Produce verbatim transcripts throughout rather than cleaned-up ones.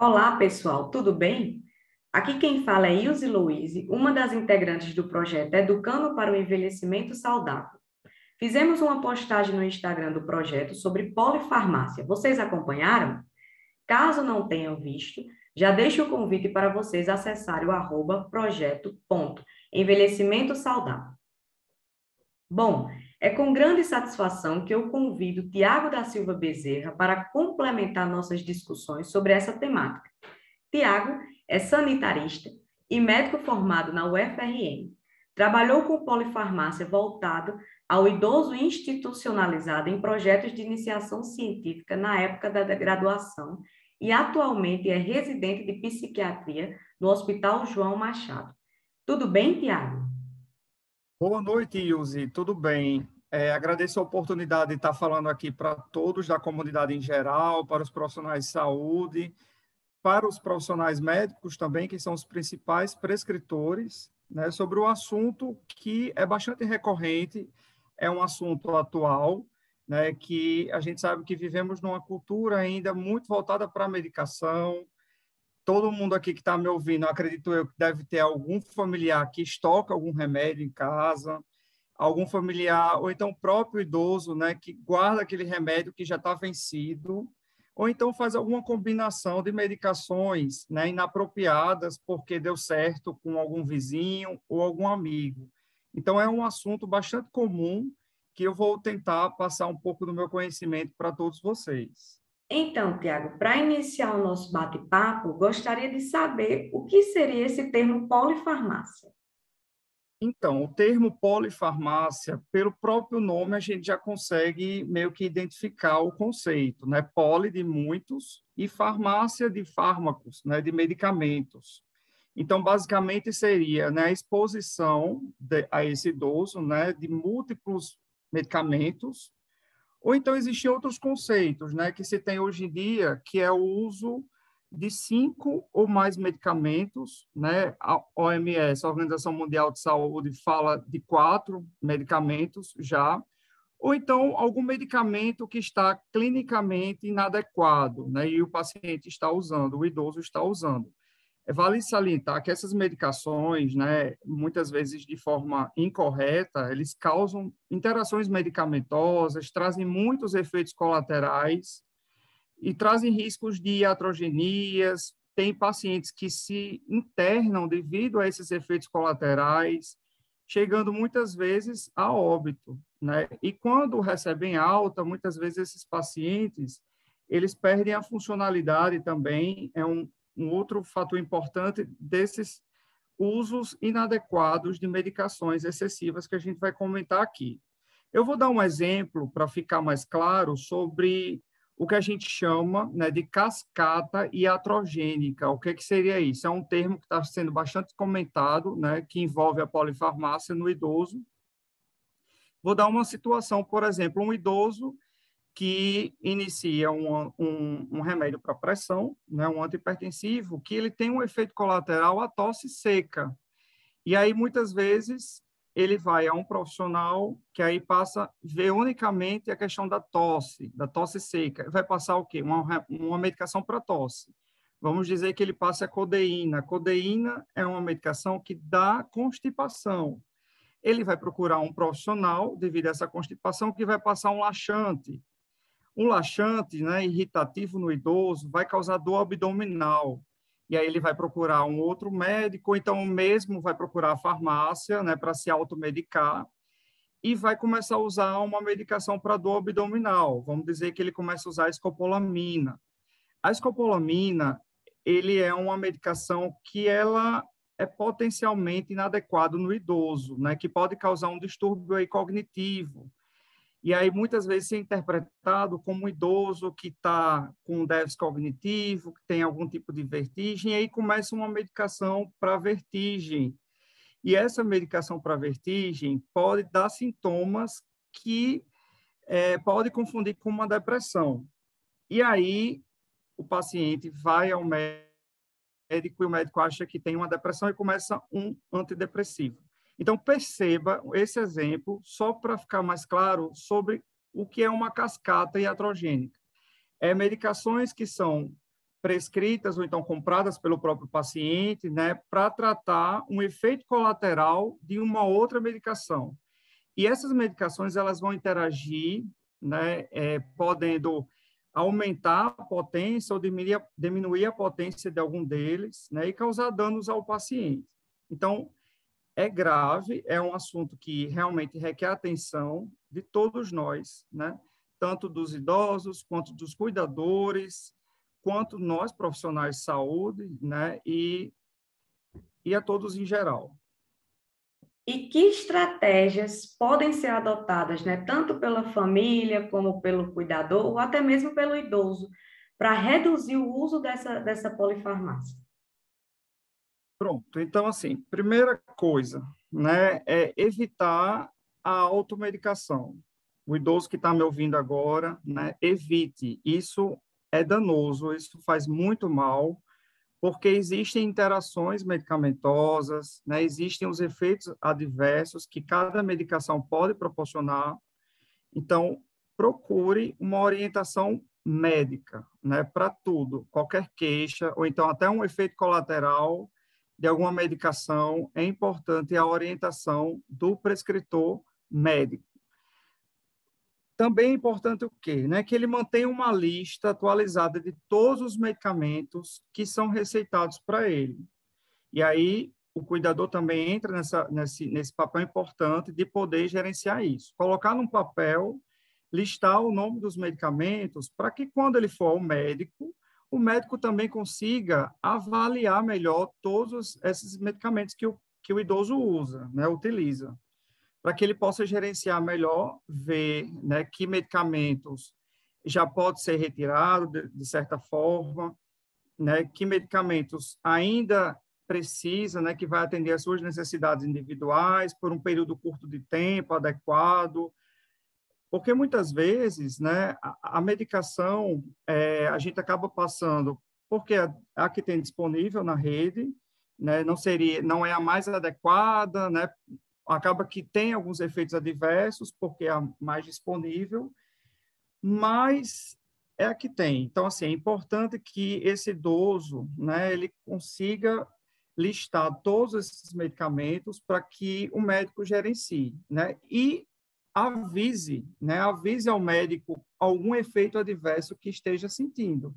Olá, pessoal, tudo bem? Aqui quem fala é Ilse Louise, uma das integrantes do projeto Educando para o Envelhecimento Saudável. Fizemos uma postagem no Instagram do projeto sobre polifarmácia. Vocês acompanharam? Caso não tenham visto, já deixo o convite para vocês acessarem o arroba projeto.envelhecimento saudável. Bom, é com grande satisfação que eu convido Tiago da Silva Bezerra para complementar nossas discussões sobre essa temática. Tiago é sanitarista e médico formado na U F R N. Trabalhou com polifarmácia voltado ao idoso institucionalizado em projetos de iniciação científica na época da graduação e atualmente é residente de psiquiatria no Hospital João Machado. Tudo bem, Tiago? Boa noite, Ilse. Tudo bem? É, agradeço a oportunidade de estar falando aqui para todos da comunidade em geral, para os profissionais de saúde, para os profissionais médicos também, que são os principais prescritores, né, sobre um assunto que é bastante recorrente, é um assunto atual, né, que a gente sabe que vivemos numa cultura ainda muito voltada para a medicação. Todo mundo aqui que está me ouvindo, acredito eu, que deve ter algum familiar que estoca algum remédio em casa, algum familiar, ou então o próprio idoso, né, que guarda aquele remédio que já está vencido, ou então faz alguma combinação de medicações, né, inapropriadas porque deu certo com algum vizinho ou algum amigo. Então, é um assunto bastante comum que eu vou tentar passar um pouco do meu conhecimento para todos vocês. Então, Tiago, para iniciar o nosso bate-papo, gostaria de saber o que seria esse termo polifarmácia. Então, o termo polifarmácia, pelo próprio nome, a gente já consegue meio que identificar o conceito, né? Poli de muitos e farmácia de fármacos, né? De medicamentos. Então, basicamente, seria, né, a exposição de, a esse idoso, né, de múltiplos medicamentos, ou então existem outros conceitos, né, que se tem hoje em dia, que é o uso de cinco ou mais medicamentos, né? A O M S, a Organização Mundial de Saúde, fala de quatro medicamentos já, ou então algum medicamento que está clinicamente inadequado, né? E o paciente está usando, o idoso está usando. Vale salientar que essas medicações, né, muitas vezes de forma incorreta, eles causam interações medicamentosas, trazem muitos efeitos colaterais e trazem riscos de iatrogenias. Tem pacientes que se internam devido a esses efeitos colaterais, chegando muitas vezes a óbito, né? E quando recebem alta, muitas vezes esses pacientes, eles perdem a funcionalidade também, é um, um outro fator importante desses usos inadequados de medicações excessivas que a gente vai comentar aqui. Eu vou dar um exemplo para ficar mais claro sobre o que a gente chama, né, de cascata iatrogênica. O que, que seria isso? É um termo que está sendo bastante comentado, né, que envolve a polifarmácia no idoso. Vou dar uma situação, por exemplo, um idoso que inicia um, um, um remédio para pressão, né, um antihipertensivo, que ele tem um efeito colateral, a tosse seca. E aí, muitas vezes, ele vai a um profissional que aí passa a ver unicamente a questão da tosse, da tosse seca. Vai passar o quê? Uma, uma medicação para tosse. Vamos dizer que ele passa a codeína. A codeína é uma medicação que dá constipação. Ele vai procurar um profissional, devido a essa constipação, que vai passar um laxante. Um laxante, né, irritativo no idoso, vai causar dor abdominal. E aí ele vai procurar um outro médico, ou então mesmo vai procurar a farmácia, né, para se automedicar, e vai começar a usar uma medicação para dor abdominal. Vamos dizer que ele começa a usar a escopolamina. A escopolamina, ele é uma medicação que ela é potencialmente inadequada no idoso, né, que pode causar um distúrbio aí cognitivo. E aí, muitas vezes, é interpretado como um idoso que está com déficit cognitivo, que tem algum tipo de vertigem, e aí começa uma medicação para vertigem. E essa medicação para vertigem pode dar sintomas que é, pode confundir com uma depressão. E aí, o paciente vai ao médico e o médico acha que tem uma depressão e começa um antidepressivo. Então, perceba esse exemplo, só para ficar mais claro sobre o que é uma cascata iatrogênica. É medicações que são prescritas ou então compradas pelo próprio paciente, né, para tratar um efeito colateral de uma outra medicação. E essas medicações elas vão interagir, né, é, podendo aumentar a potência ou diminuir, diminuir a potência de algum deles, né, e causar danos ao paciente. Então, é grave, é um assunto que realmente requer atenção de todos nós, né, tanto dos idosos, quanto dos cuidadores, quanto nós profissionais de saúde, né, e, e a todos em geral. E que estratégias podem ser adotadas, né, tanto pela família como pelo cuidador, ou até mesmo pelo idoso, para reduzir o uso dessa, dessa polifarmácia? Pronto, então, assim, primeira coisa, né, é evitar a automedicação. O idoso que está me ouvindo agora, né, evite. Isso é danoso, isso faz muito mal, porque existem interações medicamentosas, né? Existem os efeitos adversos que cada medicação pode proporcionar. Então, procure uma orientação médica, né? Para tudo, qualquer queixa, ou então até um efeito colateral de alguma medicação, é importante a orientação do prescritor médico. Também é importante o quê? Né? Que ele mantenha uma lista atualizada de todos os medicamentos que são receitados para ele. E aí, o cuidador também entra nessa, nesse, nesse papel importante de poder gerenciar isso. Colocar num papel, listar o nome dos medicamentos, para que quando ele for ao médico, o médico também consiga avaliar melhor todos esses medicamentos que o, que o idoso usa, né? Utiliza, para que ele possa gerenciar melhor, ver, né, que medicamentos já pode ser retirado de, de certa forma, né, que medicamentos ainda precisa, né, que vai atender às suas necessidades individuais por um período curto de tempo adequado, porque muitas vezes, né, a, a medicação é, a gente acaba passando porque a, a que tem disponível na rede, né, não seria, não é a mais adequada, né, acaba que tem alguns efeitos adversos, porque é a mais disponível, mas é a que tem. Então, assim, é importante que esse idoso, né, ele consiga listar todos esses medicamentos para que o médico gerencie, né, e avise, né, avise ao médico algum efeito adverso que esteja sentindo.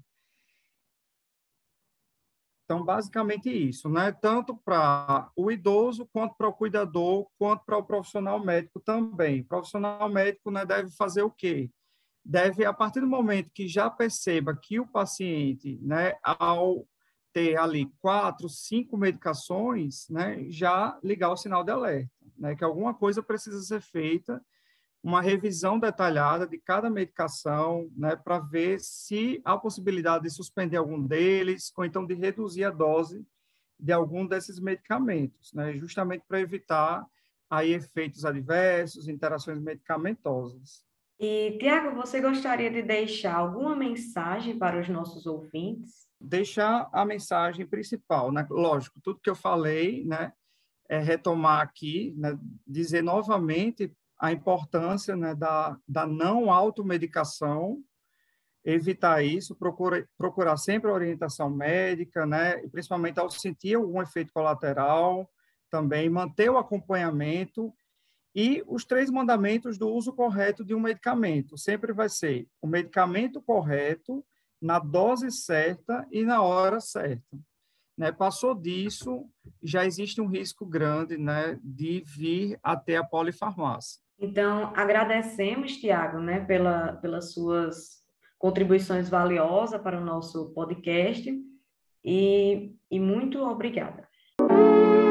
Então, basicamente isso, né? Tanto para o idoso, quanto para o cuidador, quanto para o profissional médico também. O profissional médico, né, deve fazer o quê? Deve, a partir do momento que já perceba que o paciente, né, ao ter ali quatro, cinco medicações, né, já ligar o sinal de alerta, né, que alguma coisa precisa ser feita, uma revisão detalhada de cada medicação, né, para ver se há possibilidade de suspender algum deles, ou então de reduzir a dose de algum desses medicamentos, né, justamente para evitar aí efeitos adversos, interações medicamentosas. E, Tiago, você gostaria de deixar alguma mensagem para os nossos ouvintes? Deixar a mensagem principal, né? Lógico, tudo que eu falei, né, é retomar aqui, né, dizer novamente a importância, né, da, da não automedicação, evitar isso, procura, procurar sempre a orientação médica, né, e principalmente ao sentir algum efeito colateral, também manter o acompanhamento e os três mandamentos do uso correto de um medicamento. Sempre vai ser o medicamento correto, na dose certa e na hora certa. Né? Passou disso, já existe um risco grande, né, de vir até a polifarmácia. Então, agradecemos, Tiago, né, pela, pelas suas contribuições valiosas para o nosso podcast e, e muito obrigada.